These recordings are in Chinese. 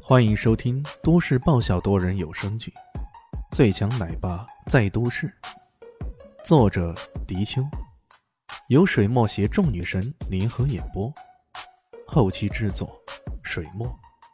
欢迎收听都市爆笑多人有声剧《最强奶爸在都市》，作者：迪秋，由水墨携众女神联合演播，后期制作：水墨。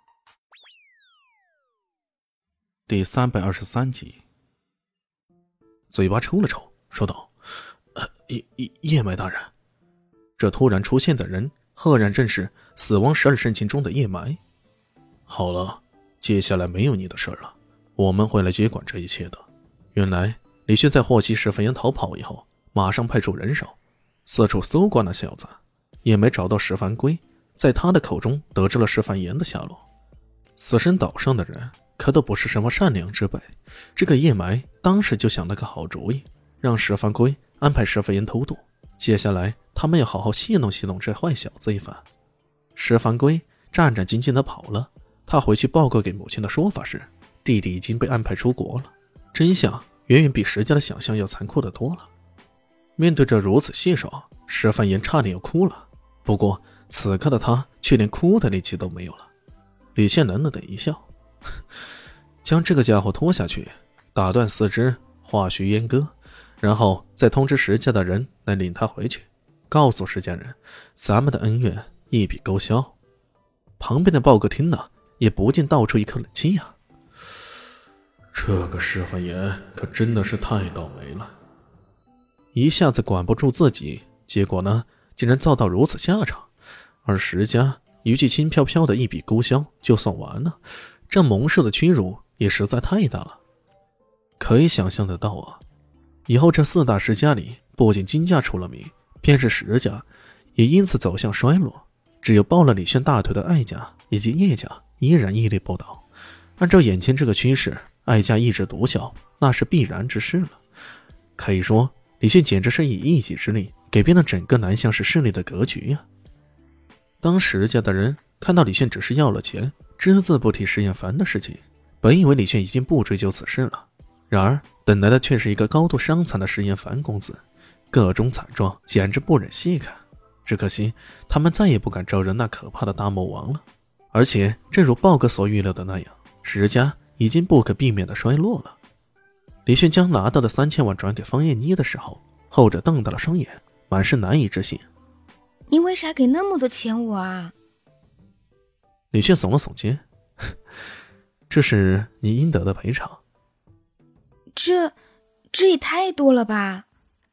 第323集。嘴巴抽了抽，说道：“叶埋大人。”这突然出现的人，赫然正是死亡12生情中的叶埋。好了，接下来没有你的事了，我们会来接管这一切的。原来李迅在获悉石凡岩逃跑以后，马上派出人手四处搜刮那小子，也没找到石凡龟，在他的口中得知了石凡岩的下落。死神岛上的人可都不是什么善良之辈，这个叶埋当时就想了个好主意，让石凡龟安排石凡岩偷渡，接下来他们要好好戏弄戏弄这坏小子一番。石凡龟战战兢兢地跑了，他回去报告给母亲的说法是，弟弟已经被安排出国了。真相远远比石家的想象要残酷得多了。面对着如此细手，石凡岩差点要哭了，不过此刻的他却连哭的力气都没有了。李现冷冷的一笑，将这个家伙拖下去，打断四肢，化虚阉割，然后再通知石家的人来领他回去，告诉石家人咱们的恩怨一笔勾销。旁边的豹哥听了也不禁倒出一口冷气啊！这个石凡岩可真的是太倒霉了，一下子管不住自己，结果呢，竟然遭到如此下场。而石家一句轻飘飘的一笔勾销就算完了，这蒙氏的屈辱也实在太大了。可以想象得到啊，以后这四大石家里，不仅金家出了名，便是石家也因此走向衰落。只有抱了李炫大腿的艾家以及叶家依然屹立不倒。按照眼前这个趋势，艾家一枝独秀那是必然之事了。可以说李炫简直是以一己之力改变了整个南向市势力的格局啊！当石家的人看到李炫只是要了钱，只字不提石彦凡的事情，本以为李炫已经不追究此事了，然而等来的却是一个高度伤残的石彦凡公子，各种惨状简直不忍细看。只可惜他们再也不敢招惹那可怕的大魔王了。而且正如豹哥所预料的那样，石家已经不可避免的衰落了。李迅将拿到的3000万转给方艳妮的时候，后者瞪大了双眼，满是难以置信。 你为啥给那么多钱我啊？ 李迅耸了耸肩，这是你应得的赔偿。 这也太多了吧？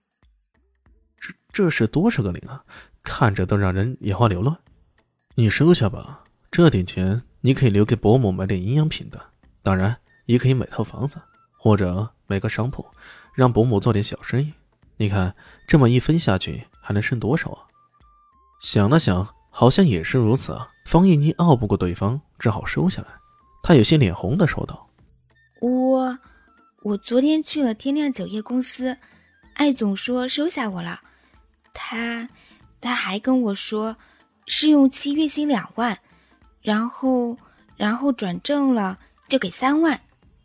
这是多少个零啊？看着都让人眼花缭乱。你收下吧，这点钱你可以留给伯母买点营养品的，当然也可以买套房子，或者买个商铺，让伯母做点小生意。你看这么一分下去还能剩多少啊？想了想，好像也是如此啊。方艳妮拗不过对方，只好收下来。她有些脸红的说道： 我昨天去了天亮酒业公司，艾总说收下我了，他还跟我说试用期月薪2万，然后转正了就给3万。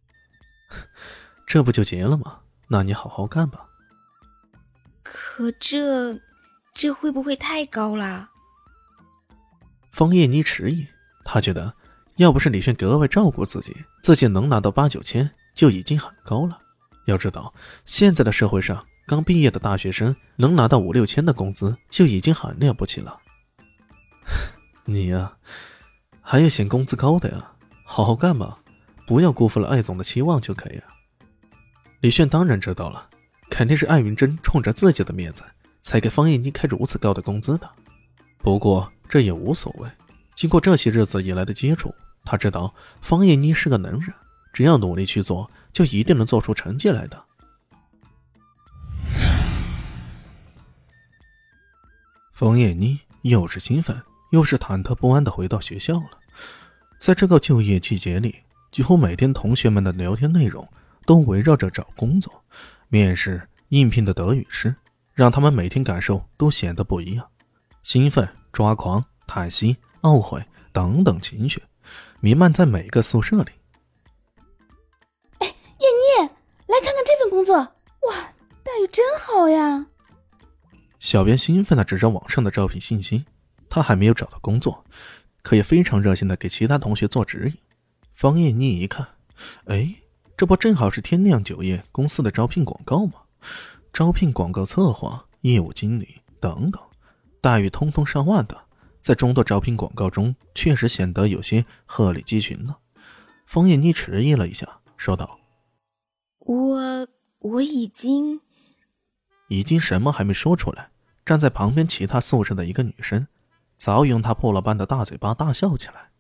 这不就结了吗？那你好好干吧。 可这会不会太高了？ 方艳妮迟疑，她觉得要不是李炫格外照顾自己能拿到8、9千就已经很高了。要知道现在的社会上，刚毕业的大学生能拿到5、6千的工资就已经很了不起了。你呀，还有嫌工资高的呀，好好干吧，不要辜负了艾总的期望就可以了。李炫当然知道了，肯定是艾云珍冲着自己的面子才给方艳妮开如此高的工资的。不过这也无所谓，经过这些日子以来的接触，他知道方艳妮是个能人，只要努力去做，就一定能做出成绩来的。方艳妮又是兴奋又是忐忑不安地回到学校了。在这个就业季节里，几乎每天同学们的聊天内容都围绕着找工作、面试、应聘的得与失，让他们每天感受都显得不一样。兴奋、抓狂、叹息、懊悔等等情绪弥漫在每个宿舍里。 哎，艳妮，来看看这份工作，哇，待遇真好呀！ 小编兴奋地指着网上的招聘信息，他还没有找到工作，可也非常热心地给其他同学做指引， 方艳妮一看，哎，这不正好是天亮酒业公司的招聘广告吗？招聘广告策划、业务经理等等，待遇通通上万的，在众多招聘广告中确实显得有些鹤立鸡群了。方艳妮迟疑了一下，说道： 我已经什么还没说出来，站在旁边其他宿舍的一个女生早已用她破了般的大嘴巴大笑起来。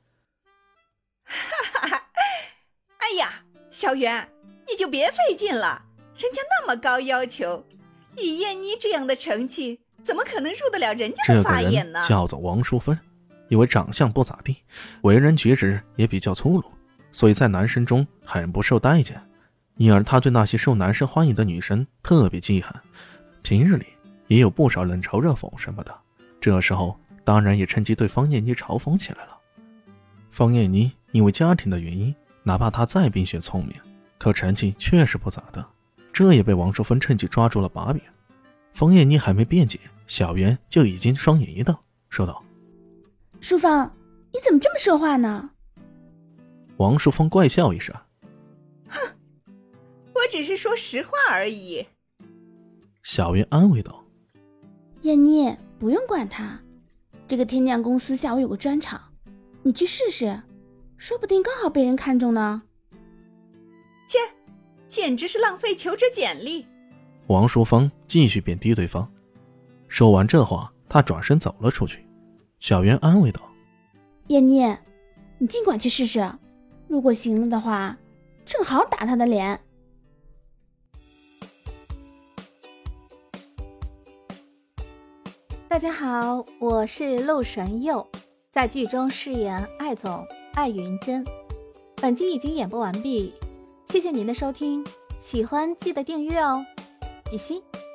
哎呀，小袁，你就别费劲了，人家那么高要求，以燕妮这样的成绩，怎么可能入得了人家的法眼呢？ 这个人叫做王淑芬，因为长相不咋地，为人举止也比较粗鲁，所以在男生中很不受待见，因而他对那些受男生欢迎的女生特别记恨，平日里也有不少冷嘲热讽什么的，这时候当然也趁机对方艳妮嘲讽起来了。方艳妮因为家庭的原因，哪怕她再冰雪聪明，可成绩确实不咋的，这也被王淑芬趁机抓住了把柄。方艳妮还没辩解，小袁就已经双眼一瞪，说道： 淑芳，你怎么这么说话呢？ 王淑芳怪笑一声： 哼，我只是说实话而已。 小袁安慰道： 燕妮，不用管他，这个天亮公司下午有个专场，你去试试，说不定刚好被人看中呢。 切，简直是浪费求职简历。 王淑芳继续贬低对方。说完这话，他转身走了出去。小袁安慰道： 燕妮，你尽管去试试，如果行了的话，正好打他的脸。 大家好，我是陆神佑，在剧中饰演艾总艾云珍。本集已经演播完毕，谢谢您的收听，喜欢记得订阅哦，比心。